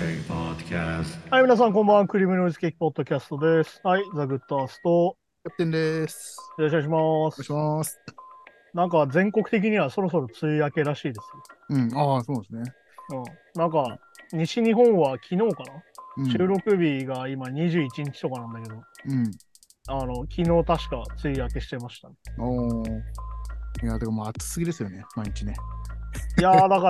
Cake Podcast. はい、皆さん、こんばんは。クリームノイズケーキポッドキャストです。はい、ザ・グッドアースト。 キャプテンです。 よろしくお願いしまお願いしす。 ます。 なんか、全国的にはそろそろ梅雨明けらしいですうん、ああ、そうですね。 よ。なんか、西日本は昨日かな、収うん、 録日が今21日とかなんだけど、 うん。 昨日確か梅雨明けしてましたね。 おー。いや、でももう暑すぎですよね、毎日ね。 いやー、だから、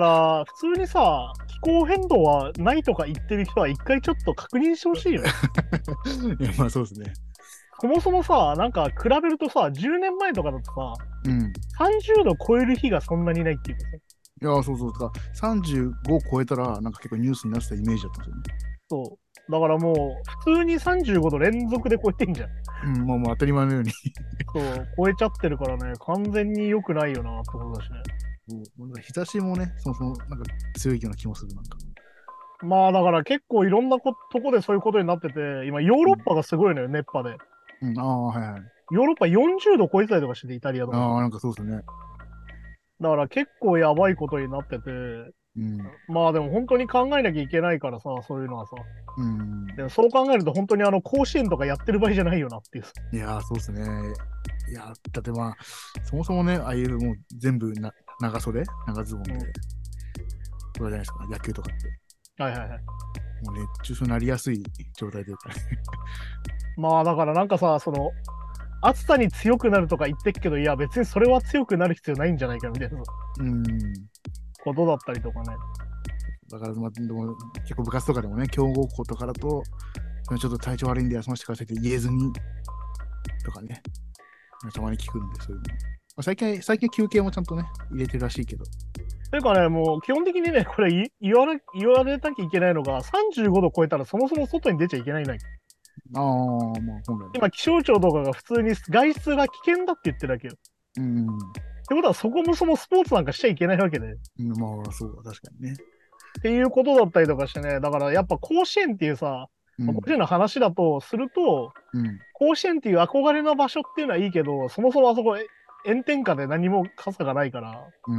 普通にさ、気候変動はないとか言ってる人は一回ちょっと確認してほしいよね。 いや、まあそうですね。 そもそもさ、なんか比べるとさ、10年前とかだとさ、 うん。い 30度超える日がそんなにないっていうかさ、 や、そうそう。だから35超えたら、なんか結構ニュースになってたイメージだったんですよね。 そう。だからもう、普通に35度連続で超えてんじゃん。 うん、もう当たり前のように。 そう、超えちゃってるからね、完全に良くないよなってことだしね。 もうなんか日差しもね、そもそもなんか強いような気もする、なんか。 まあだから結構いろんなとこでそういうことになってて、今ヨーロッパがすごいのよ、熱波で。 うん、ああ、はいはい。 ヨーロッパ40度超えてたりとかしてて、イタリアとかさ。 ああ、なんかそうですね。 だから結構やばいことになってて、 うん、 まあでも本当に考えなきゃいけないからさ、そういうのはさ。 うん。 でもそう考えると本当に甲子園とかやってる場合じゃないよなっていう。 いやー、そうですね。いやー、だってまあ、そもそもね、ああいうもう全部長袖、長ズボンで、 うん、 それじゃないですか、野球とかって。 はいはいはい。 もう熱中症になりやすい状態というかね。 まあだからなんかさ、暑さに強くなるとか言ってっけど、いや別にそれは強くなる必要ないんじゃないかみたいなうん。 ことだったりとかね。 だから、まあ、でも結構部活とかでもね、強豪校とかだと、ちょっと体調悪いんで休ませてくださいって言えずにとかね、たまに聞くんで、そういうの。まあ、最近休憩もちゃんとね、入れてるらしいけど。 というかね、もう基本的にね、これ言われなきゃいけないのが、35度超えたらそもそも外に出ちゃいけないのよ。 ああ、まあ本来ね。 今、気象庁とかが普通に外出が危険だって言ってるわけよ。っうん。 てことは、そこもそもスポーツなんかしちゃいけないわけで。っまあ、そうだ、確かにね。 ていうことだったりとかしてね、だからやっぱ甲子園っていうさ、 うん。 甲子園の話だとすると、 うん。 甲子園っていう憧れの場所っていうのはいいけど、そもそもあそこ炎天下で何も傘がないから、 うん。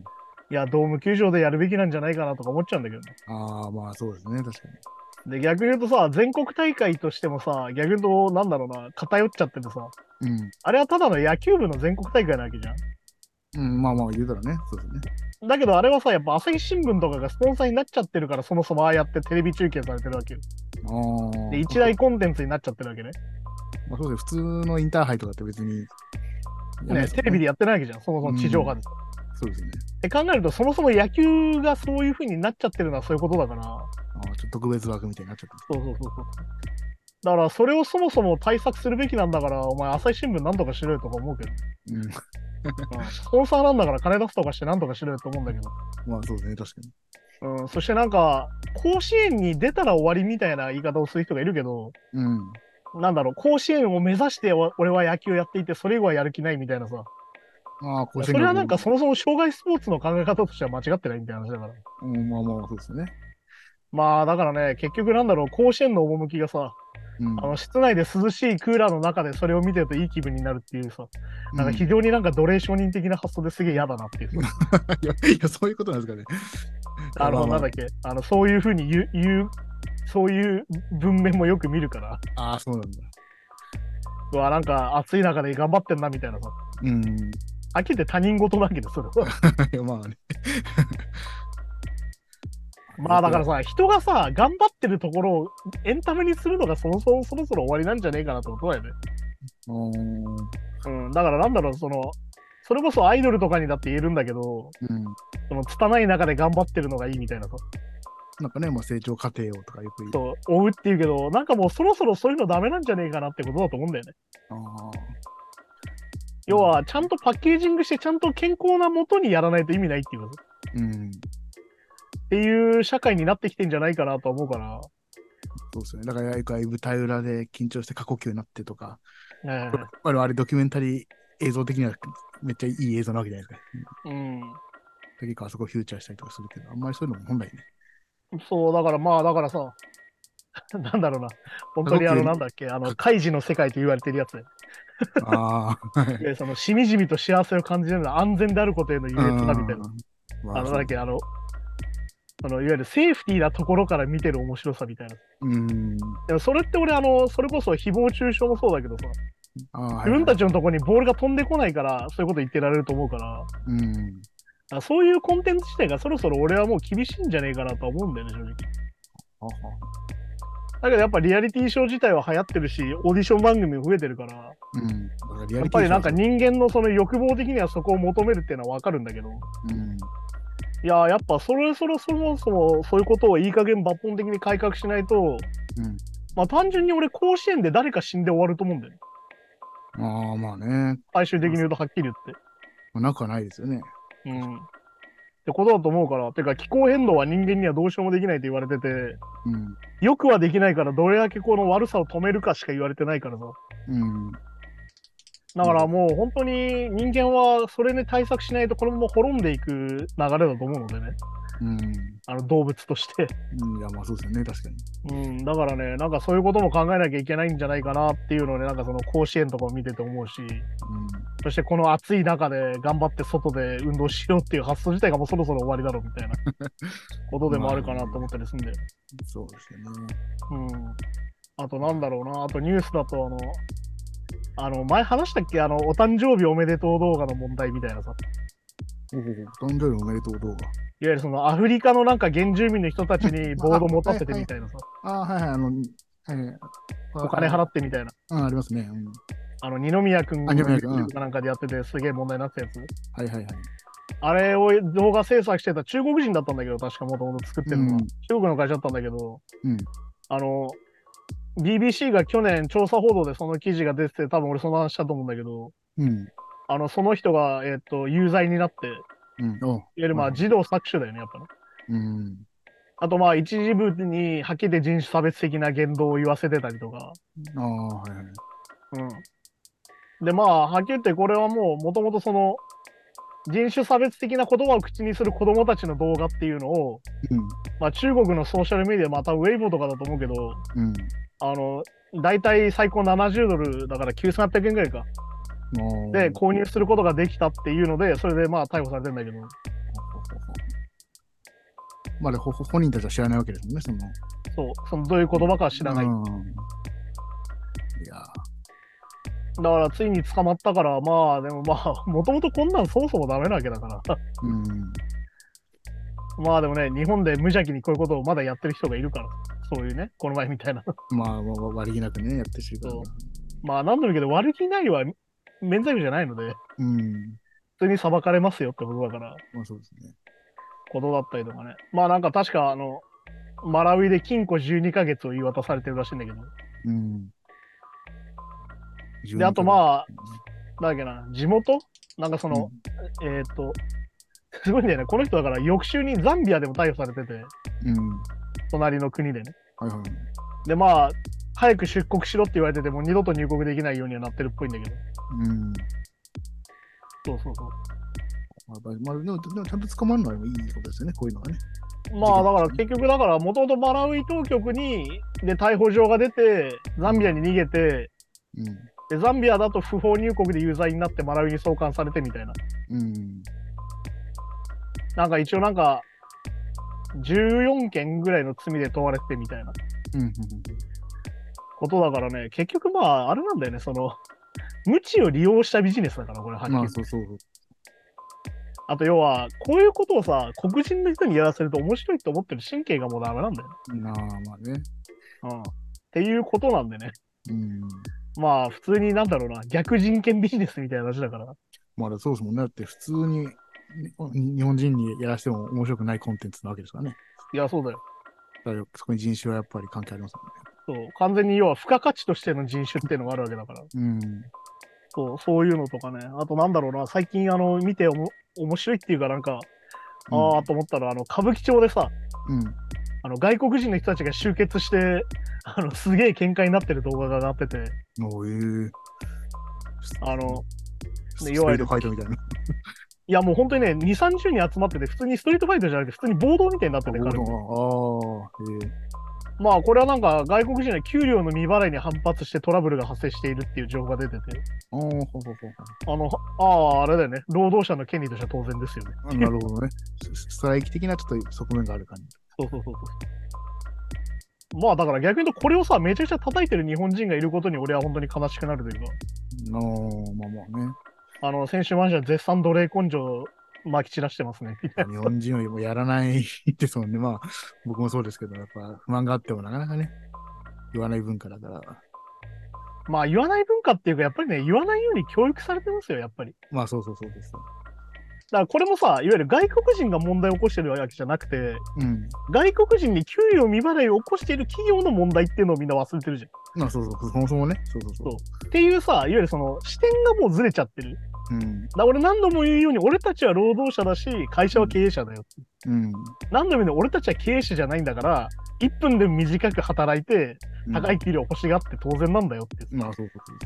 いや、ドーム球場でやるべきなんじゃないかなとか思っちゃうんだけどね。 ああ、まあそうですね、確かに。 で、逆に言うとさ、全国大会としてもさ、逆に言うと、なんだろうな、偏っちゃっててさ、 うん。 あれはただの野球部の全国大会なわけじゃん。 うん、まあまあ言うたらね、そうですね。 だけどあれはさ、やっぱ朝日新聞とかがスポンサーになっちゃってるから、そもそもああやってテレビ中継されてるわけよ。 あで、 あ、 一大コンテンツになっちゃってるわけね。 まあそうですね。普通のインターハイとかって別にやんないでね、 すもんね。 テレビでやってないわけじゃん、そもそも地上波でさ。 そうですね。 って考えると、そもそも野球がそういう風になっちゃってるのはそういうことだから、 ああ、ちょっと特別枠みたいになっちゃってそうそうそうそう。だから、それをそもそも対策するべきなんだから、お前、朝日新聞なんとかしろよとか思うけど、 る。うん。 スポンサーなんだから金出すとかしてなんとかしろよと思うんだけど、 まあそうですね、確かに。 そしてなんか、甲子園に出たら終わりみたいな言い方をする人がいるけど、 うん。 なんだろう、甲子園を目指して俺は野球やっていて、それ以外やる気ないみたいなさ。 ああ、甲子園がこそれはなんかそもそも障害スポーツの考え方としては間違ってないみたいな話だから。 う、うん、まあまあそうですよね。 まあだからね、結局なんだろう、甲子園の趣がさ、 うん。 室内で涼しいクーラーの中でそれを見てるといい気分になるっていうさ、なんか非うん。 常になんか奴隷承認的な発想ですげえ嫌だなっていうさ。 いや、そういうことなんですかね。いや、まあまなんだっけ、そういうふうにそういう文面もよく見るから、 あ、ああ、そうなんだ。 うわ、なんか暑い中で頑張ってんなみたいなさ。 うん。 飽きて他人事なわけで、それは。 いや、まあね。 まやっぱ、 あだからさ、人がさ、頑張ってるところをエンタメにするのがそろそろ終わりなんじゃねえかなってことだよね。 うん。 だからなんだろう、それこそアイドルとかにだって言えるんだけど、 うん。 拙い中で頑張ってるのがいいみたいなさ、 なんかね、まあ成長過程をとかよく言う。 そう、追うっていうけど、なんかもうそろそろそういうのダメなんじゃねえかなってことだと思うんだよね。 ああ。 要は、ちゃんとパッケージングして、ちゃんと健康なもとにやらないと意味ないっていうか、 うん。 っていう社会になってきてんじゃないかなと思うから、 そうですね。だから、よくああいう舞台裏で緊張して過呼吸になってとか、 ねあれドキュメンタリー映像的にはめっちゃいい映像なわけじゃないですか。結構あそこフューチャーしたりとかするけど、あんまりそういうのも本来ね。 そう、だからまあ、だからさ、なんだろうな、本当に過呼吸より、 なんだっけ、カイジの世界と言われてるやつで、 ああ、はい。 で、しみじみと幸せを感じるのは安全であることへの優う越だみたいな。 ん。まあ、そう。 なんだっけ、 いわゆるセーフティーなところから見てる面白さみたいな。でもそれって俺、それこそ誹謗中傷もそうだけどさ、自分たちのところにボールが飛んでこないから、そういうこと言ってられると思うから、そういうコンテンツ自体がそろそろ俺はもう厳しいんじゃねえかなとは思うんだよね、正直。だけどやっぱリアリティショー自体は流行ってるし、オーディション番組も増えてるから、やっぱりなんか人間のその欲望的にはそこを求めるっていうのはわかるんだけど、いややっぱそもそもそういうことをいい加減抜本的に改革しないと、まあ単純に俺甲子園で誰か死んで終わると思うんだよね。 まあね。 最終的に言うとはっきり言って。 なくはないですよね。 ってことだと思うから、てか気候変動は人間にはどうしようもできないと言われてて、よくはできないからどれだけこの悪さを止めるかしか言われてないからさ。だからもう本当に人間はそれに対策しないとこのまま滅んでいく流れだと思うのでね。動物として。 いや、まあそうですよね、確かに。だからね、なんかそういうことも考えなきゃいけないんじゃないかなっていうのをね、なんかその甲子園とかを見てて思うし、そしてこの暑い中で頑張って外で運動しようっていう発想自体がもうそろそろ終わりだろうみたいなことでもあるかなと思ったりするんで。 そうですよね。 あとなんだろうな、あとニュースだと前話したっけ、お誕生日おめでとう動画の問題みたいなさ。 お誕生日おめでとう動画。 いわゆるそのアフリカのなんか原住民の人たちにボード持たせてみたいなさ。お金払ってみたいな。 ありますね。 二宮君がなんかでやっててすげえ問題になったやつ。あれを動画制作してた中国人だったんだけど、確かもともと作ってるのは。中国の会社だったんだけど、BBC が去年調査報道でその記事が出てて、多分俺その話したと思うんだけど、その人が、有罪になって、いわゆるまあ児童搾取だよね、やっぱね。あとまあ一時部にはっきり人種差別的な言動を言わせてたりとか。でまあはっきり言ってこれはもともとその人種差別的な言葉を口にする子供たちの動画っていうのを、まあ中国のソーシャルメディア、またウェイボーとかだと思うけど、大体最高70ドルだから9800円ぐらいか。で購入することができたっていうので、それでまあ逮捕されてるんだけど。 まあ本人たちは知らないわけですもんね、 そのどういう言葉かは知らない。いやだからついに捕まったから、まあでもまあもともとこんなんそもそもダメなわけだからまあでもね、日本で無邪気にこういうことをまだやってる人がいるから、そういうね、この前みたいなまあ悪気なくねやってしまう。 まあ何度も言うけど悪気ないは免罪符じゃないので、普通に裁かれますよってことだから、 そうですね。 ことだったりとかね。まあなんか確かマラウイで禁錮12ヶ月を言い渡されてるらしいんだけど。で、あとまあ、なんだっけな、地元なんかその、すごいんだよね。この人だから翌週にザンビアでも逮捕されてて、隣の国でね。でまあ、早く出国しろって言われてても二度と入国できないようにはなってるっぽいんだけど。 まあ、でもちゃんと捕まるのはいいことですよね、こういうのはね。 まあだから結局もともとマラウイ当局で逮捕状が出てザンビアに逃げて、でザンビアだと不法入国で有罪になってマラウイに送還されてみたいな。なんか一応なんか14件ぐらいの罪で問われてみたいなことだからね、結局まああれなんだよね、その無知を利用したビジネスだからこれはっきり言って。あと要はこういうことをさ、黒人の人にやらせると面白いと思ってる神経がもうダメなんだよ。 まあね。 っていうことなんでね。まあ普通になんだろうな、逆人権ビジネスみたいな話だから。 まあそうですもんね。だって普通に日本人にやらせても面白くないコンテンツなわけですからね。 いや、そうだよ。 だからそこに人種はやっぱり関係ありますもんね。そう、完全に要は付加価値としての人種っていうのがあるわけだから。そういうのとかね。あとなんだろうな、最近見て面白いっていうかなんか、と思ったら歌舞伎町でさ、外国人の人たちが集結してすげえ喧嘩になってる動画が上がってて、 いわゆるファイトみたいな。 いやもう本当にね、2、30人集まってて、普通にストリートファイトじゃなくて普通に暴動みたいになってて、 まあこれはなんか外国人の給料の未払いに反発してトラブルが発生しているっていう情報が出てて、 おー、ほうほうほうほう。 あれだよね。労働者の権利としては当然ですよね。 なるほどね。ストライキ的なちょっと側面がある感じ。 そうそうそうそう。まあだから逆に言うとこれをさ、めちゃくちゃ叩いてる日本人がいることに俺は本当に悲しくなるというか、 まあまあね。 先週マンション絶賛奴隷根性撒き散らしてますね。 日本人よりもやらないですもんね。まあ、僕もそうですけど、やっぱ不満があってもなかなかね、言わない文化だから。 まあ言わない文化っていうか、やっぱりね、言わないように教育されてますよ、やっぱり。 まあ、そうそうそうです。 だからこれもさ、いわゆる外国人が問題を起こしてるわけじゃなくて、 うん。 外国人に給料未払いを起こしている企業の問題っていうのをみんな忘れてるじゃん。 まあ、そうそう、そもそもね。そうそうそう。 そうっていうさ、いわゆるその視点がもうずれちゃってる。 うん。 だ俺何度も言うように、俺たちは労働者だし、会社は経営者だよ。 うん。 何度も言うように、俺たちは経営者じゃないんだから、1分でも短く働いて、高い給料欲しがって当然なんだよって。 まあ、そうそうそう。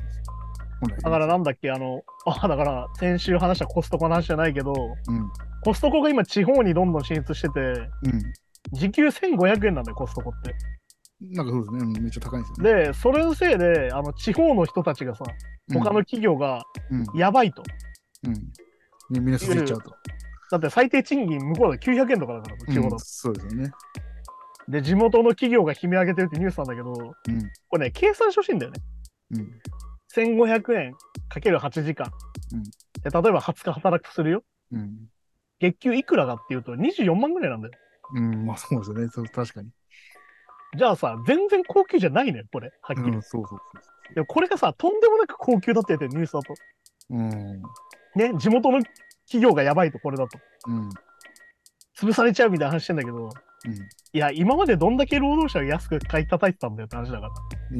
だからなんだっけ、だから先週話したコストコの話じゃないけど、コストコが今地方にどんどん進出してて、時給1500円なんだよ、コストコって。 なんかそうですね、めっちゃ高いんですよね。 で、それのせいで、地方の人たちがさ、他の企業がやばいと。 みんな続いちゃうと。 だって最低賃金向こうで900円とかだから、地方だと。 そうですよね。で、 地元の企業が悲鳴上げてるってニュースなんだけど、これね、計算してほしいんだよね。1500円かける8時間。で例えば20日働くとするよ。月給いくらかっていうと24万ぐらいなんだよ。 まあそうですよね。そう確かに。 じゃあさ、全然高級じゃないね、これ。はっきり。そうそうそう。でもこれがさ、とんでもなく高級だって言ってニュースだと。ね、地元の企業がやばいと、これだと。潰されちゃうみたいな話してんだけど、いや、今までどんだけ労働者を安く買い叩いてたんだよって話だから。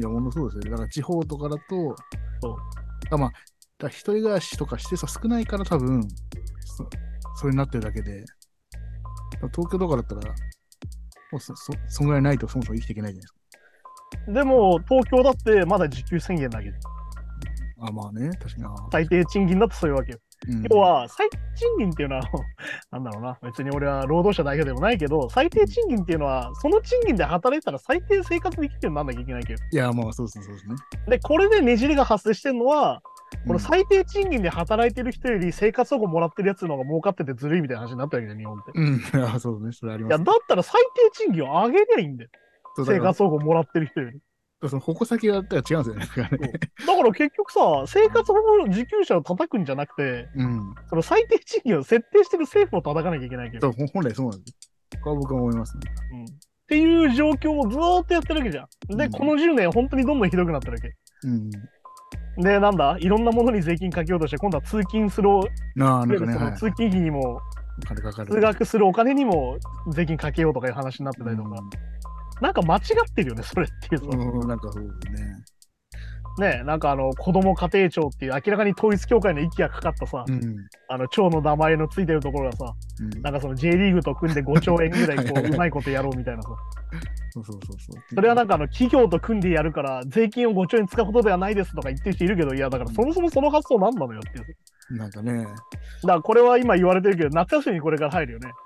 いや、ほんとそうですよね。だから地方とかだと、まあ、一人暮らしとかしてさ、少ないから多分、それになってるだけで、東京とかだったら、もうそんぐらいないとそもそも生きていけないじゃないですか。 でも、東京だってまだ時給1000円だけど。 まあね、確かに。 最低賃金だとそういうわけよ。要は、最低賃金っていうのは、なんだろうな、別に俺は労働者代表でもないけど、最低賃金っていうのは、その賃金で働いたら最低生活できるようにならなきゃいけないけど。 いや、まあそうですね。 で、これでねじれが発生してるのは、この最低賃金で働いてる人より生活保護もらってるやつの方が儲かっててずるいみたいな話になったわけだよ、日本って。 そうね、それあります。 いや、だったら最低賃金を上げりゃいいんだよ。生活保護もらってる人より。 その矛先があったら違うんですよね。 だから結局さ、生活保護受給者を叩くんじゃなくて、その最低賃金を設定してる政府を叩かなきゃいけないけど。 本来そうなんです。これは僕は思いますね。 っていう状況をずーっとやってるわけじゃん。で、この10年本当にどんどんひどくなってるわけ。で、なんだいろんなものに税金かけようとして、今度は通勤する、通勤費にも、通学するお金にも税金かけようとかいう話になってたりとか。なんか間違ってるよね、それっていう。 なんかそうですね。 ね、なんか子供家庭庁っていう明らかに統一教会の息がかかったさ、庁の名前のついてるところがさ、なんかその J リーグと組んで5兆円ぐらいこううまいことやろうみたいなさ。それはなんか企業と組んでやるから税金を5兆円使うことではないですとか言ってる人いるけど、いやだからそもそもその発想なんなのよっていう。 なんかね。 だからこれは今言われてるけど、夏休みにこれから入るよね。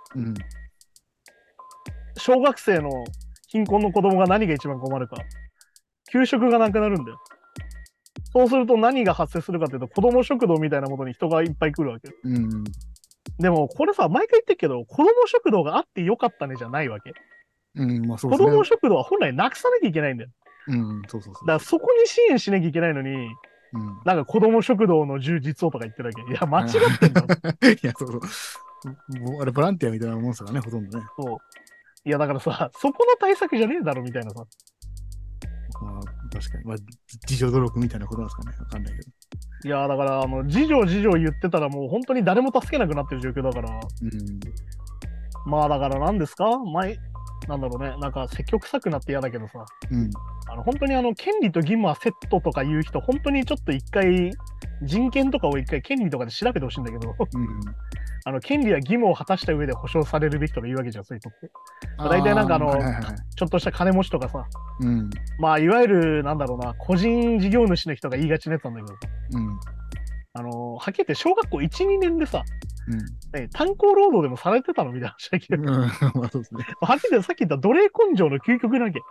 小学生の貧困の子供が何が一番困るか。給食がなくなるんだよ。そうすると何が発生するかというと、子供食堂みたいなものに人がいっぱい来るわけ。でもこれさ、毎回言ってるけど、子供食堂があってよかったねじゃないわけ。子供食堂は本来なくさなきゃいけないんだよ。だからそこに支援しなきゃいけないのに、なんか子供食堂の充実をとか言ってるわけ。いや、間違ってんだ。 いや、あれボランティアみたいなもんですからね、ほとんどね。 いや、だからさ、そこの対策じゃねえだろみたいなさ。 確かに。自助努力みたいなことなんですかね。わかんないけど。 いや、だから、自助言ってたらもう本当に誰も助けなくなってる状況だから。まあ、だから何ですかなんだろうね。なんか積極臭くなって嫌だけどさ。本当に権利と義務はセットとか言う人、本当にちょっと一回、人権とかを一回権利とかで調べてほしいんだけど、権利や義務を果たした上で保障されるべきとか言うわけじゃん、そういう人って。大体なんかちょっとした金持ちとかさ、まあいわゆるなんだろうな、個人事業主の人が言いがちなやつなんだけど、はっきり言って小学校1、2年でさ、炭鉱労働でもされてたのみたいな話だけど、はっきり言ってさっき言った奴隷根性の究極なわけ。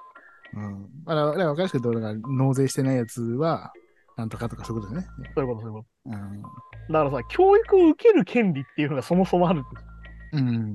うん。だから分かりやすく言うと、だから納税してないやつは、なんとかとかそういうことですね。 そういうこと、そういうこうん。 と。だからさ、教育を受ける権利っていうのがそもそもあるんですうん。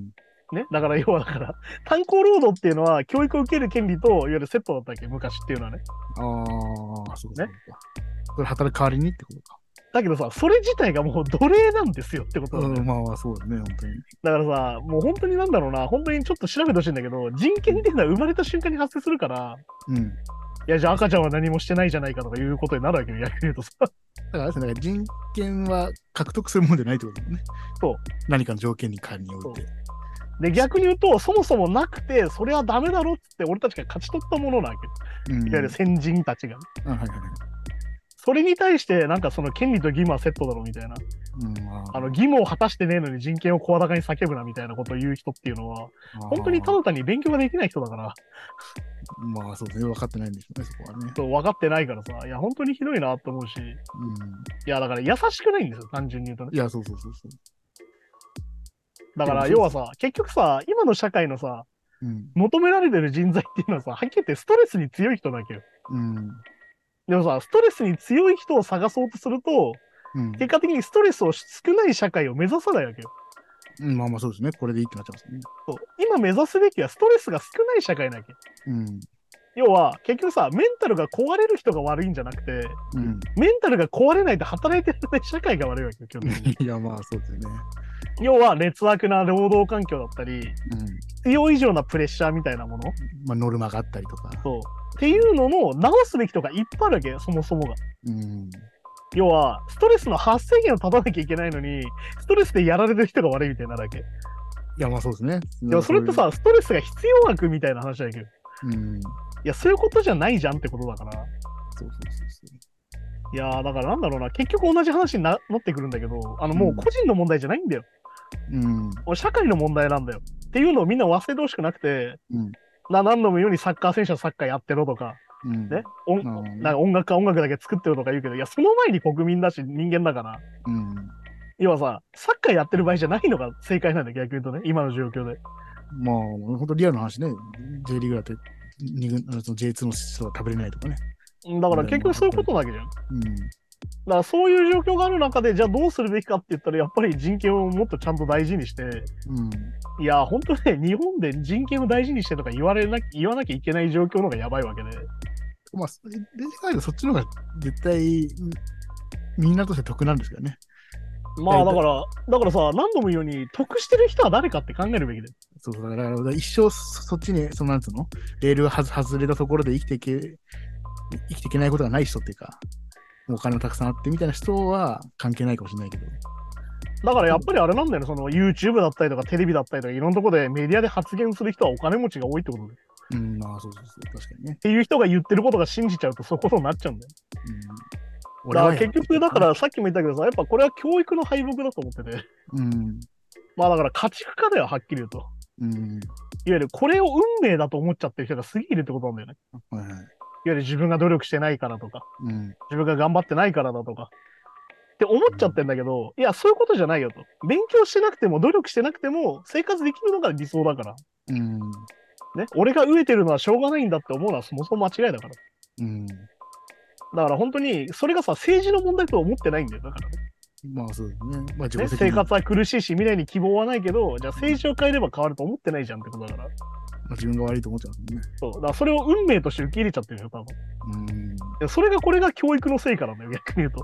ね。だから要はだから、炭鉱労働っていうのは教育を受ける権利といわゆるセットだったっけ、昔っていうのはね。 ああ、そうか、 ね。 そうか。それ働く代わりにってことか。 だけどさ、それ自体がもう奴隷なんですよってことなんだよ。 まあ、そうだね、本当に。 だからさ、もう本当になんだろうな、本当にちょっと調べてほしいんだけど、人権っていうのは生まれた瞬間に発生するから、 うん。 いや、じゃあ赤ちゃんは何もしてないじゃないかとかいうことになるわけよ、逆に言うとさ。 だからあれですね、だから人権は獲得するもんじゃないってことだもんね。 そう。 何かの条件に仮において。 で、逆に言うと、そもそもなくて、それはダメだろっつって俺たちが勝ち取ったものなわけよ。 うん。 いわゆる先人たちが。 あ、はいはいはい。 それに対して、なんかその権利と義務はセットだろみたいな。 うん、 義務を果たしてねえのに人権を声高に叫ぶなみたいなことを言う人っていうのは、本当にただ単に勉強ができない人だから。 まあそうですね、分かってないんでしょうね、そこはね。 そう、分かってないからさ、いや、本当にひどいなって思うし、 うん。 いや、だから優しくないんですよ、単純に言うとね。 いや、そうそうそうそう。 だから、要はさ、結局さ、今の社会のさ、 うん、 求められてる人材っていうのはさ、はっきり言ってストレスに強い人だけよ。 うん、 でもさ、ストレスに強い人を探そうとすると、 うん、 結果的にストレスを少ない社会を目指さないわけよ。 うん、まあまあそうですね、これでいいってなっちゃいますね。 そう今目指すべきはストレスが少ない社会なわけ。 うん、 要は、結局さ、メンタルが壊れる人が悪いんじゃなくて、 うん、 メンタルが壊れないと働いてられない社会が悪いわけよ、基本的に。 いや、まあそうですよね。 要は、劣悪な労働環境だったり、 うん、 必要以上なプレッシャーみたいなもの。 まあノルマがあったりとか。 そう。っていうのの直すべきとかいっぱいあるわけよ、そもそもが。 うん、 要は、ストレスの発生源を立たなきゃいけないのに、ストレスでやられてる人が悪いみたいになるわけ。 いや、まあそうですね。 でもそれってさ、ストレスが必要悪みたいな話だけど。 うん、 いや、そういうことじゃないじゃんってことだから。 そうそうそうそう。 いやだからなんだろうな、結局同じ話になってくるんだけど、もう個人の問題じゃないんだよ。 うん、 社会の問題なんだよ。っていうのをみんな忘れてほしくなくて、 うん、 何度も言うようにサッカー選手はサッカーやってろとか、 うん、 ね、なんか音楽家は音楽だけ作ってるとか言うけど、いや、その前に国民だし人間だから、 うん、 要はさ、サッカーやってる場合じゃないのが正解なんだよ、逆に言うとね、今の状況で。 まあ、本当リアルな話ね、J リーグだってその J2 の人が食べれないとかね。 だから結局そういうことなわけじゃん。 うん、 だからそういう状況がある中で、じゃあどうするべきかって言ったら、やっぱり人権をもっとちゃんと大事にして、いや、本当ね、日本で人権を大事にしてとか言わなきゃいけない状況の方がやばいわけで。 まあ、そっちの方が絶対みんなとして得なんですけどね。 まあだからさ、何度も言うように、得してる人は誰かって考えるべきで。 そうだから一生そっちに、なんつうのレールが外れたところで生きていけないことがない人っていうか、お金もたくさんあってみたいな人は関係ないかもしれないけど。 だからやっぱりあれなんだよね、その YouTube だったりとかテレビだったりとかいろんなところでメディアで発言する人はお金持ちが多いってことで。 うん、まあそう、確かにね。 っていう人が言ってることが信じちゃうとそういうことになっちゃうんだよ。 うん、 だから結局、だからさっきも言ったけどさ、やっぱこれは教育の敗北だと思ってて。 うん。 まあだから家畜化だよ、はっきり言うと。 うん。 いわゆるこれを運命だと思っちゃってる人がすげえいるってことなんだよね。 はいはい。 いわゆる自分が努力してないからとか、 うん、 自分が頑張ってないからだとか、って思っちゃってんだけど、いや、そういうことじゃないよと。勉強してなくても、努力してなくても、生活できるのが理想だから。 うん。 ね、俺が飢えてるのはしょうがないんだって思うのはそもそも間違いだから。 うん。 だから本当に、それがさ、政治の問題とは思ってないんだよ。だからね。 まあそうですね。まあね、生活は苦しいし、未来に希望はないけど、じゃあ政治を変えれば変わると思ってないじゃんってことだから。 まあ、自分が悪いと思っちゃうんですね。 そう。だからそれを運命として受け入れちゃってるよ、多分。 うん。 それがこれが教育の成果なんだよ、逆に言うと。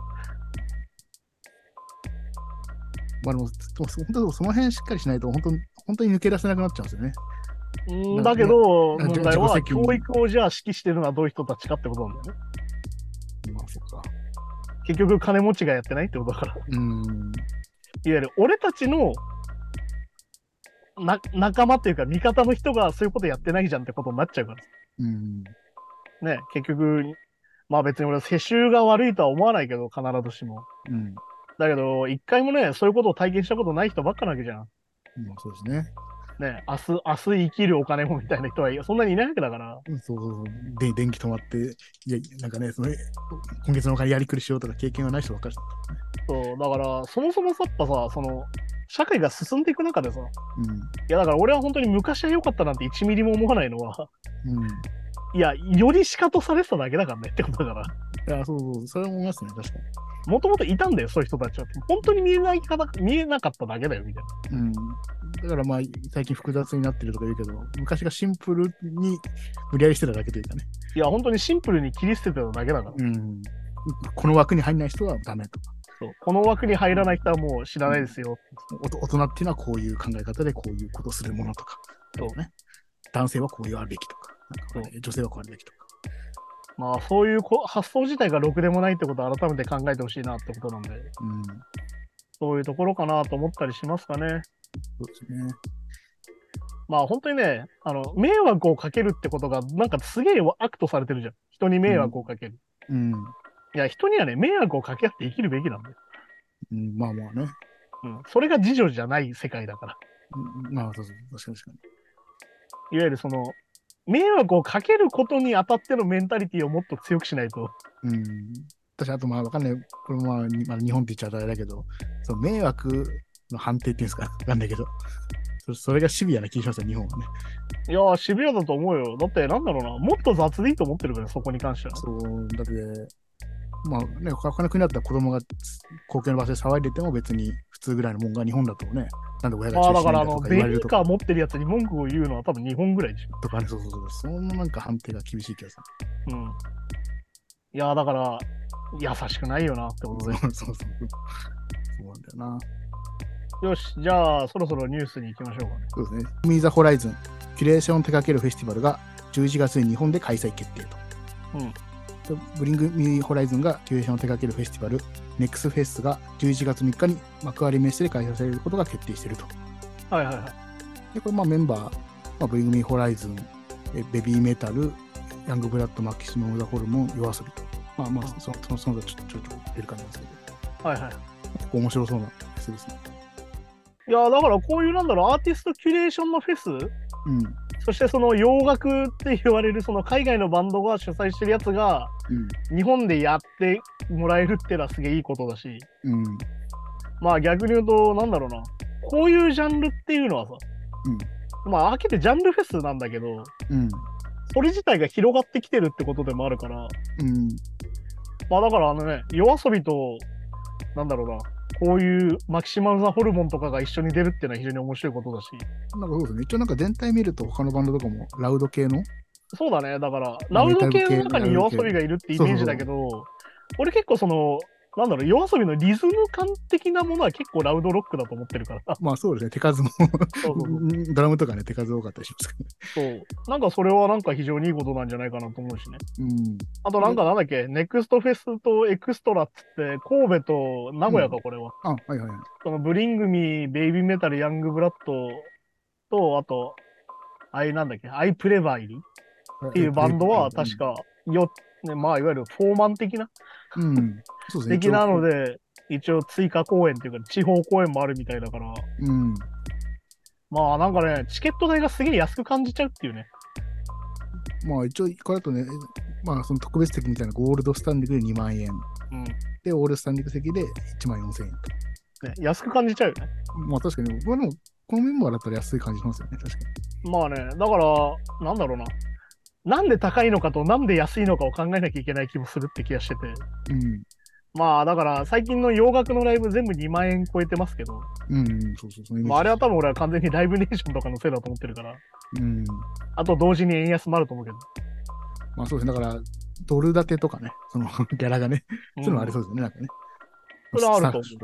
まあでも、本当その辺しっかりしないと、本当に抜け出せなくなっちゃうんですよね。 だけど、 ね、 問題は教育をじゃあ指揮してるのはどういう人たちかってことなんだよね。 まあ、そっか。 結局、金持ちがやってないってことだから。いわゆる、俺たちの仲間っていうか、味方の人がそういうことやってないじゃんってことになっちゃうから。ね、結局、まあ別に俺は世襲が悪いとは思わないけど、必ずしも。だけど、一回もね、そういうことを体験したことない人ばっかなわけじゃん。 まあそうですね。 ね、明日生きるお金もみたいな人はそんなにいないわけだから。 そう。で、電気止まって、いや、なんかね、今月のお金やりくりしようとか経験はない人ばっかり。 そう、だから、そもそもやっぱさ、社会が進んでいく中でさ、いやだから俺は本当に昔は良かったなんて1ミリも思わないのは、 いや、よりシカトされてただけだからねってことだから。 いや、そうそう、それも思いますね、確かに。 もともといたんだよ、そういう人たちは。本当に見えなかっただけだよ、みたいな。 うん。だからまあ、最近複雑になってるとか言うけど、昔がシンプルに無理やりしてただけというかね。 いや、本当にシンプルに切り捨ててただけだから。 うん。この枠に入んない人はダメとか。 そうこの枠に入らない人はもう知らないですよ。 大人っていうのはこういう考え方でこういうことをするものとか。そうね。男性はこういうあるべきとか。なんかね、女性はこうあるべきとか。 まあ、そういう発想自体がろくでもないってことを改めて考えてほしいなってことなんで、そういうところかなと思ったりしますかね。 そうですね。 まあ、本当にね、迷惑をかけるってことが、なんかすげえ悪とされてるじゃん。人に迷惑をかける。いや、人にはね、迷惑をかけ合って生きるべきなんだよ。 まあまあね。 それが自助じゃない世界だから。 まあ、そうそう、確かに確かに。 いわゆるその、迷惑をかけることにあたってのメンタリティをもっと強くしないと。 私、あとまあわかんない。これもまあ日本って言っちゃうとあれだけど、その迷惑の判定っていうんですか、わかんないけど、それがシビアな気がしますよ、日本はね。 いやー、シビアだと思うよ。だって、なんだろうな、もっと雑でいいと思ってるから、そこに関しては。 そう、だって、まあね、他の国だったら子供が公共の場所で騒いでても別に普通ぐらいのもんが日本だとね、なんで親が中心だとか言われるとか。 ベビーカー持ってるやつに文句を言うのは多分日本ぐらいでしょ。 とかね、そうそうそう。そのなんか判定が厳しい気がする。いや、だから、優しくないよなってことで。 そうそうなんだよな。 よし、じゃあ、そろそろニュースに行きましょうかね。 そうですね。ミーザホライズン、キュレーションを手掛けるフェスティバルが11月に日本で開催決定と。ブリングミーホライズンがキュレーションを手掛けるフェスティバル、ネックスフェスが11月3日に幕張メッセで開催されることが決定していると。 はいはいはい。 で、これメンバー、ブリングミーホライズン、ベビーメタル、ヤングブラッド、マキシマムザホルモン、夜遊びと。その他ちょっと出る感じなんですけど。はいはい。 結構面白そうなフェスですね。 いや、だからこういうアーティストキュレーションのフェス、そしてその洋楽って言われるその海外のバンドが主催してるやつが、日本でやってもらえるってのはすげえいいことだし、まあ逆に言うと、こういうジャンルっていうのはさ、まあ、あけてジャンルフェスなんだけど、それ自体が広がってきてるってことでもあるから、まあだから夜遊びと、こういうマキシマム・ザ・ホルモンとかが一緒に出るっていうのは非常に面白いことだし。 そうですね。一応全体見ると他のバンドとかもラウド系のそうだね。だから、ラウド系の中に夜遊びがいるってイメージだけど、俺結構夜遊びのリズム感的なものは結構ラウドロックだと思ってるから。 まあそうですね。手数もドラムとかね、手数多かったりしますからね。そう。それは非常にいいことなんじゃないかなと思うしね。あとなんだっけ、ネクストフェスとエクストラっつって、神戸と名古屋か、これは。 はいはい。 そのブリングミー、ベイビーメタル、ヤングブラッドと、あと、アイプレバイルっていうバンドは確かまあいわゆるフォーマン的な、的なので、一応追加公演っていうか、地方公演もあるみたいだから、まあチケット代がすげえ安く感じちゃうっていうね。 まあ一応、これだとね、まあその特別席みたいなゴールドスタンディングで2万円。で、オールスタンディング席で1万4000円と。 ね、安く感じちゃうよね。 まあ確かに、でも、このメンバーだったら安い感じしますよね、確かに。まあね、だから、なんで高いのかとなんで安いのかを考えなきゃいけない気もするって気がしてて。まあだから最近の洋楽のライブ全部2万円超えてますけど。まああれは多分俺は完全にライブネーションとかのせいだと思ってるから。あと同時に円安もあると思うけど。 まあそうですね。だからドル建てとかね、そのギャラがね、そういうのありそうですよね、なんかね。 それはあると思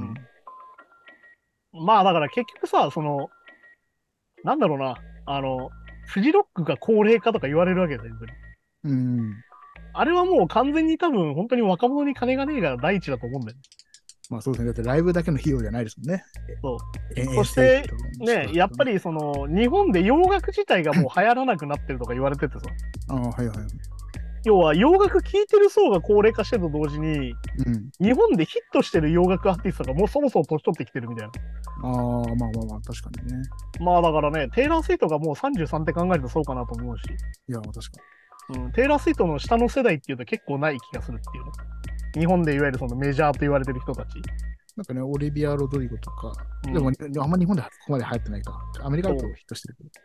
う。まあだから結局さ、フジロックが高齢化とか言われるわけだよ、あれはもう完全に多分本当に若者に金がねえが第一だと思うんだよ。 まあそうですね。だってライブだけの費用じゃないですもんね。 そう。そしてね、やっぱり日本で洋楽自体がもう流行らなくなってるとか言われててさ。 はいはい。 要は洋楽聴いてる層が高齢化してると同時に、日本でヒットしてる洋楽アーティストがもうそもそも年取ってきてるみたいな。 まあ確かにね。 まあだからね、テイラー・スウィートがもう33って考えるとそうかなと思うし。 いや、確かに。テイラー・スウィートの下の世代っていうと結構ない気がするっていうね。日本でいわゆるそのメジャーと言われてる人たち。 なんかね、オリビア・ロドリゴとか、でもあんま日本でここまで流行ってないか。アメリカだとヒットしてるけど。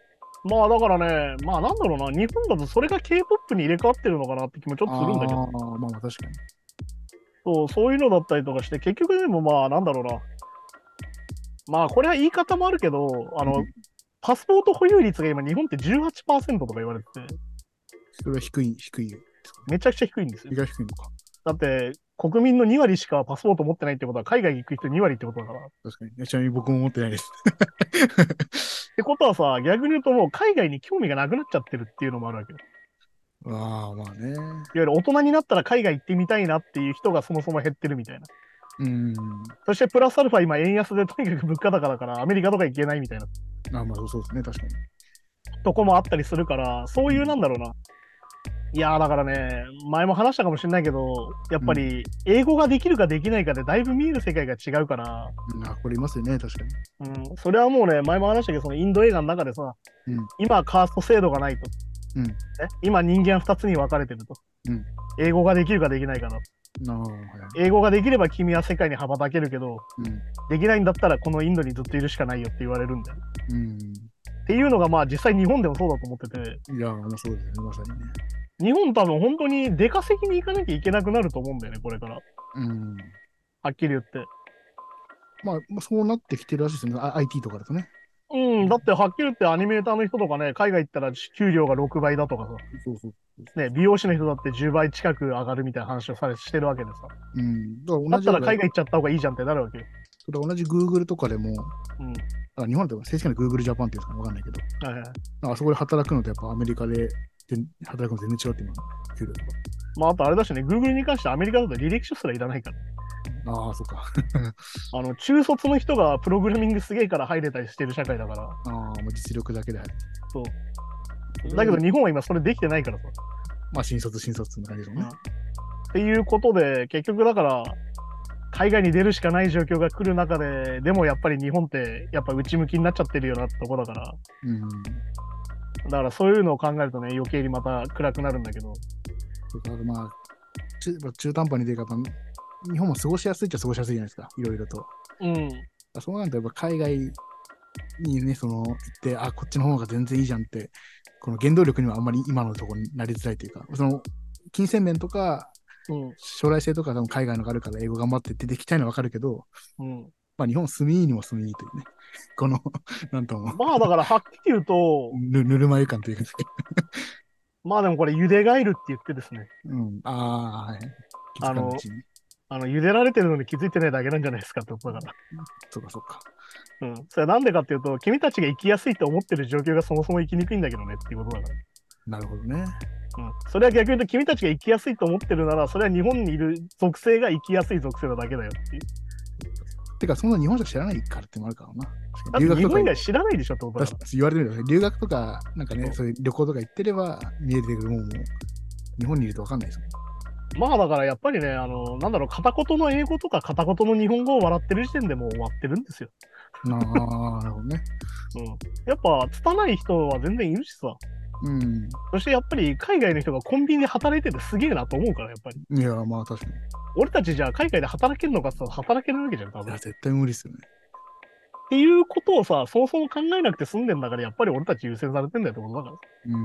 まあだからね、まあなんだろうな、日本だとそれが K-POP に入れ替わってるのかなって気もちょっとするんだけど、 ああ、まあまあ確かに。 そういうのだったりとかして、結局でもまあなんだろうな、まあこれは言い方もあるけど、 うん。 パスポート保有率が今日本って18%とか言われてて、 それは低いですかね。 めちゃくちゃ低いんですよ。 意外低いのか。 だって国民の2割しかパスポート持ってないってことは海外に行く人2割ってことだから。っ確かに。いやちなみに僕も持ってないです。 てことはさ、逆に言うともう海外に興味がなくなっちゃってるっていうのもあるわけよ。 ああ、まあね。 いわゆる大人になったら海外行ってみたいなっていう人がそもそも減ってるみたいな。 うん。 そしてプラスアルファ今円安でとにかく物価高だからアメリカとか行けないみたいなああ、まあそうですね。確かに。 とこもあったりするから、そういうなんだろうな。いやーだからね、前も話したかもしれないけど、やっぱり英語ができるかできないかでだいぶ見える世界が違うから、 うん。あ、これいますよね。確かに。 それはもうね、前も話したけど、そのインド映画の中でさ、 うん。 今カースト制度がないと。 うん。 今人間2つに分かれてると。 うん。 英語ができるかできないかな。 ああ、はい。 英語ができれば君は世界に羽ばたけるけど、 うん。 できないんだったらこのインドにずっといるしかないよって言われるんだよ。 うん。 っていうのがまあ実際日本でもそうだと思ってて、 いや、まあそうですね。まさにね。 日本多分本当に出稼ぎに行かなきゃいけなくなると思うんだよね、これから。 うん。 はっきり言って。 まあ、そうなってきてるらしいですね。IT とかだとね。 うん、だってはっきり言ってアニメーターの人とかね、海外行ったら給料が6倍だとかさ、 そうそうそうそね、美容師の人だって10倍近く上がるみたいな話をしてるわけでさ。 う。うん。だからだったら同じだから、 海外行っちゃった方がいいじゃんってなるわけよ。 それは同じ Google とかでも、 うん。 日本でも正式な Google ジャパンっていうんですかね、わかんないけど、 はいはい。 あそこで働くのとやっぱアメリカで働くの全然違うっていうの給料とか。 まあ、あとあれだしね、Google に関してアメリカだと履歴書すらいらないから。 ああ、そっか。 中卒の人がプログラミングすげえから入れたりしてる社会だから。 ああ、もう実力だけで入る。 そう。 それはいい。 だけど日本は今それできてないからさ。 まあ、新卒な感じですもんね。 っていうことで、結局だから、海外に出るしかない状況が来る中で、でもやっぱり日本ってやっぱ内向きになっちゃってるよなってとこだから、 うん。 だからそういうのを考えるとね、余計にまた暗くなるんだけど。 そうか、まあ、中途半端に出るか、日本も過ごしやすいっちゃ過ごしやすいじゃないですか、いろいろと。 うん。 そうなんだ、やっぱ海外にね、行って、こっちの方が全然いいじゃんって、この原動力にはあんまり今のところになりづらいというか、金銭面とか、 うん。 将来性とか多分海外のがあるから英語頑張って出てきたいのはわかるけど、 うん。 まあ日本住みいいにも住みいいというね、この、なんとも、 まあだからはっきり言うと、 ぬるま湯感というか、 まあでもこれ茹でガエルって言ってですね、 うん、ああ、はい。気づあの、 かないうちに。 茹でられてるのに気づいてないだけなんじゃないですかってことだから。 そうか、そうか。 うん。それはなんでかっていうと、君たちが生きやすいと思ってる状況がそもそも生きにくいんだけどねっていうことだから。 なるほどね。 うん。それは逆に言うと、君たちが生きやすいと思ってるなら、それは日本にいる属性が生きやすい属性なだけだよっていう。 てか、そんな日本じゃ知らないからってのもあるからな。 だって日本以外知らないでしょってことだから。 言われてみると、留学とか、なんかね、 そうそういう旅行とか行ってれば見えてくるもんも、日本にいると分かんないですもん。 まあだからやっぱりね、なんだろう、片言の英語とか片言の日本語を笑ってる時点でもう終わってるんですよ。 ああ、なるほどね。 うん。やっぱ、拙い人は全然いるしさ。 うん。 そしてやっぱり海外の人がコンビニで働いててすげえなと思うから、やっぱり。 いや、まあ確かに。 俺たちじゃあ海外で働けるのかって言ったら働けるわけじゃん、多分。 いや、 っ絶対無理ですよね。 ていうことをさ、そもそも考えなくて済んでんだから、やっぱり俺たち優先されてんだよってことだから。っうん。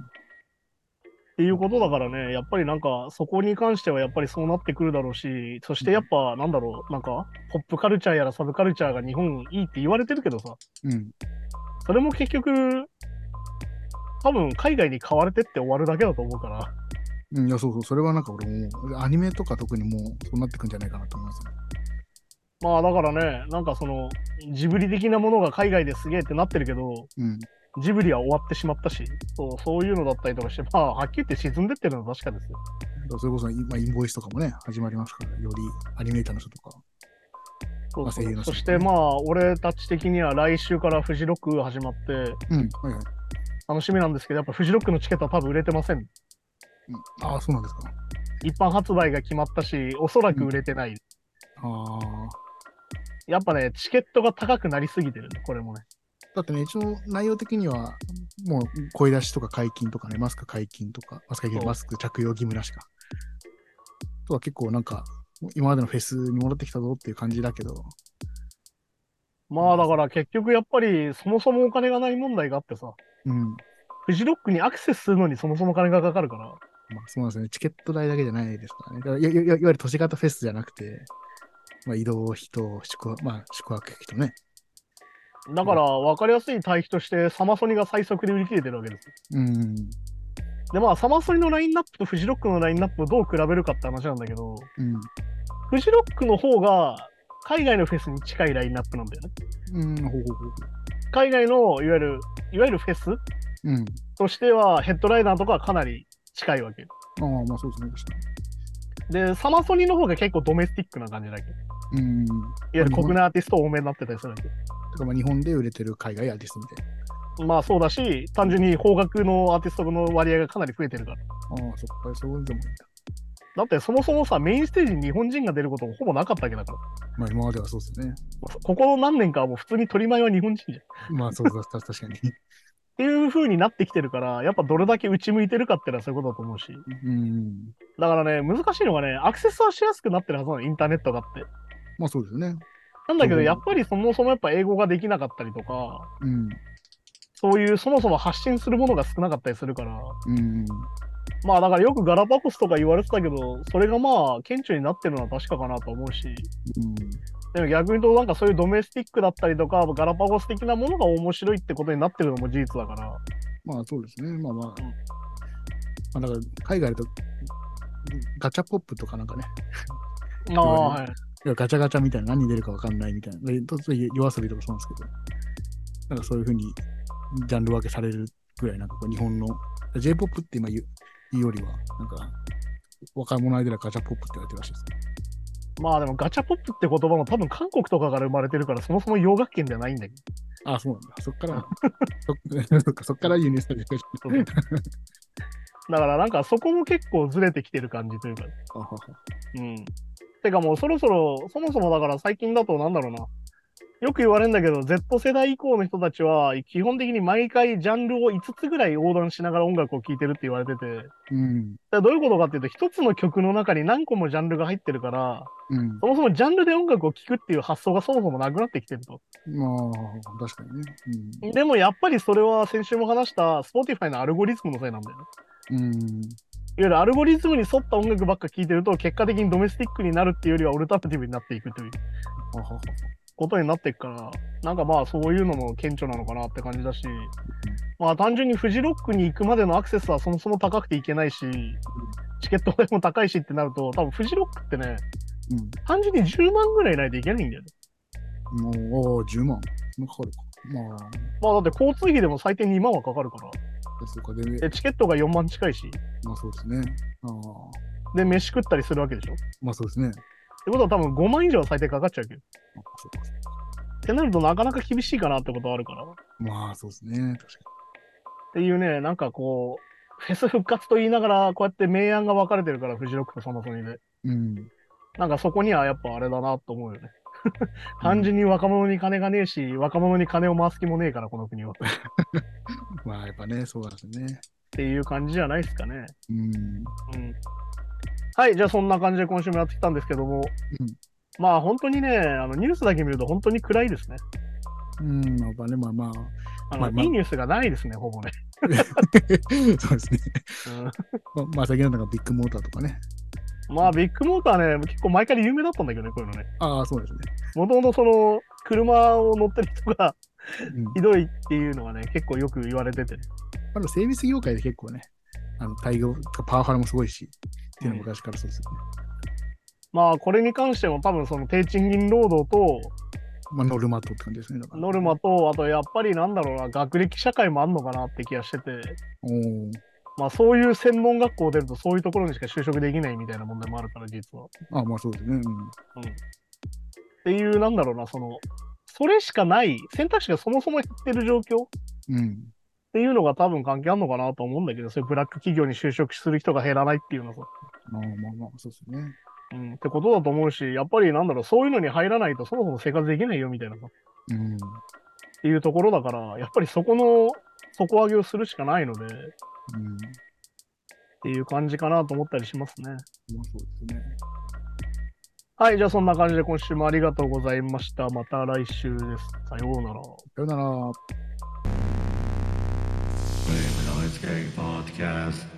ていうことだからね、やっぱりなんか、そこに関してはやっぱりそうなってくるだろうし、そしてやっぱ、なんだろう、なんか、ポップカルチャーやらサブカルチャーが日本いいって言われてるけどさ、 うん。 それも結局、多分海外に買われてって終わるだけだと思うから。 うん、いや、そうそう、それはなんか俺も、アニメとか特にもうそうなってくんじゃないかなと思いますね。 まあだからね、なんかその、ジブリ的なものが海外ですげえってなってるけど、 うん。 ジブリは終わってしまったし、そういうのだったりとかして、まあ、はっきり言って沈んでってるのは確かですよ。 それこそ、今、インボイスとかもね、始まりますから、よりアニメーターの人とか、 そうそう。 声優の人とか、 そしてまあ、俺たち的には来週からフジロック始まって、 うん、はいはい。 楽しみなんですけど、やっぱフジロックのチケットは多分売れてません。 うん、ああ、そうなんですか。 一般発売が決まったし、おそらうん。 く売れてない。 ああ。 やっぱね、チケットが高くなりすぎてるね、これもね。 だってね、一応内容的には、もう声出しとか解禁とかね、マスク解禁とか、マスク着用義務なしか。とは結構なんか、今までのフェスに戻ってきたぞっていう感じだけど、 まあだから結局やっぱりそもそもお金がない問題があってさ、 うん。 フジロックにアクセスするのにそもそも金がかかるから。 まあ、そうなんですよね。チケット代だけじゃないですからね。いわゆる都市型フェスじゃなくて、まあ、移動費と宿泊費とね。 だから分かりやすい対比としてサマソニが最速で売り切れてるわけですよ。 うん。 でまあサマソニのラインナップとフジロックのラインナップをどう比べるかって話なんだけど、 うん。 フジロックの方が海外のフェスに近いラインナップなんだよね。 うん。ほうほうほう。 海外のいわゆるフェスうん。 としてはヘッドライナーとかはかなり近いわけ。 ああ、まあそうですね。確かで、サマソニの方が結構ドメスティックな感じだけど、いわに。うん。 ゆる国内アーティスト多めになってたりするわけ。 とかまあ日本で売れてる海外アーティストみたいまあそうだし、単純に邦楽のアーティストの割合がかなり増えてるから。 な。ああ、そっか、そういうのもいいんだ。 だってそもそもさ、メインステージに日本人が出ることもほぼなかったわけだから。 まあ今まではそうですよね。 ここ何年かはもう普通に取り前は日本人じゃん。っまあそうそう、確かに。 ていう風になってきてるから、やっぱどれだけ内向いてるかってのはそういうことだと思うし。 うん。 だからね、難しいのがね、アクセスはしやすくなってるはずなの、インターネットがあって。 まあそうですよね。 なんだけど、やっぱりそもそもやっぱ英語ができなかったりとか、 うん。 そういうそもそも発信するものが少なかったりするから、 うん。 まあだからよくガラパゴスとか言われてたけど、それがまあ顕著になってるのは確かかなと思うし、 うん。 でも逆に言うとなんかそういうドメスティックだったりとか、ガラパゴス的なものが面白いってことになってるのも事実だから、 まあそうですね。まあまあ。 うん、 まあだから海外だとガチャポップとかなんかね、 ああ、 言われる。 はい。 いやガチャガチャみたいな何に出るかわかんないみたいな。夜遊びとかそうなんですけど、なんかそういうふうにジャンル分けされるぐらい、なんかこう日本の J-POP って今言うよりは、なんか若者間ではガチャポップって言われてるらしいです。 まあでもガチャポップって言葉も多分韓国とかから生まれてるから、そもそも洋楽圏ではないんだけああ、そうなんだ。そっから、 ど。 そっから輸入されてる。 だからなんかそこも結構ずれてきてる感じというか、 あはは。 うん。てかもうそろそろ、そもそもだから最近だとなんだろうな。よく言われるんだけど、Z 世代以降の人たちは、基本的に毎回ジャンルを5つぐらい横断しながら音楽を聴いてるって言われてて、 うん。 どういうことかっていうと、一つの曲の中に何個もジャンルが入ってるから、 うん。 そもそもジャンルで音楽を聴くっていう発想がそもそもなくなってきてると。 まあ、確かにね。 でもやっぱりそれは先週も話した Spotify のアルゴリズムのせいなんだよね。 うん。うん。 いわゆるアルゴリズムに沿った音楽ばっか聴いてると、結果的にドメスティックになるっていうよりはオルタナティブになっていくというははは。 ことになっていくから、なんかまあそういうのも顕著なのかなって感じだし、まあ単純にフジロックに行くまでのアクセスはそもそも高くていけないし、チケット代も高いしってなると、多分フジロックってね、 うん。 単純に10万ぐらいないといけないんだよね。 もう、10万。そんなかかるか。まあ、 まあだって交通費でも最低2万はかかるから。 そうか。 で、チケットが4万近いし、 まあそうですね。ああ、 で、飯食ったりするわけでしょ。っまあそうですね。 てことは多分5万以上は最低かかっちゃうけど。 あ、そうか。 ってなるとなかなか厳しいかなってことはあるから。っまあそうですね。確かていうね、なんかこう、フェス復活と言いながら、こうやって明暗が分かれてるから、フジロックとサマソニで。 に。うん。 なんかそこにはやっぱあれだなと思うよね。 うん。 単純に若者に金がねえし、若者に金を回す気もねえから、この国は。っまあやっぱね、そうなんですね。 ていう感じじゃないですかね。 うん。 うん。はい、じゃあそんな感じで今週もやってきたんですけども、 うん。 まあ本当にね、ニュースだけ見ると本当に暗いですね。 うん。まあね、まあまあ。まあまあ。 いいニュースがないですね、ほぼね。 そうですね。 うん、 まあ先ほどのビッグモーターとかね。 まあビッグモーターね、結構前から有名だったんだけどね、こういうのね。 ああ、そうですね。 もともとその、車を乗ってる人がうん。 ひどいっていうのはね、結構よく言われててね。 まだサービス業界で結構ね、対応とかパワハラもすごいし、っていうのは昔からそうですよね。 まあこれに関しても多分その低賃金労働と、 まあノルマとって感じですね。だからね。 ノルマと、あとやっぱりなんだろうな、学歴社会もあんのかなって気がしてて、 おー。 まあそういう専門学校出るとそういうところにしか就職できないみたいな問題もあるから、実は。 ああ、まあそうですね。 うん。っていう、なんだろうな、それしかない選択肢がそもそも減ってる状況っうん。うん。 ていうのが多分関係あるのかなと思うんだけど、そういうブラック企業に就職する人が減らないっていうのはさ、 まあまあまあ、そうですね。 うん、ってことだと思うし、やっぱりなんだろう、そういうのに入らないとそもそも生活できないよみたいなさ、っうん。 ていうところだから、やっぱりそこの底上げをするしかないので、っうん。 ていう感じかなと思ったりしますね。 まあそうですね。 はい、じゃあそんな感じで今週もありがとうございました。また来週です。さようなら。 さようなら。 Wave Noise Gang Podcast.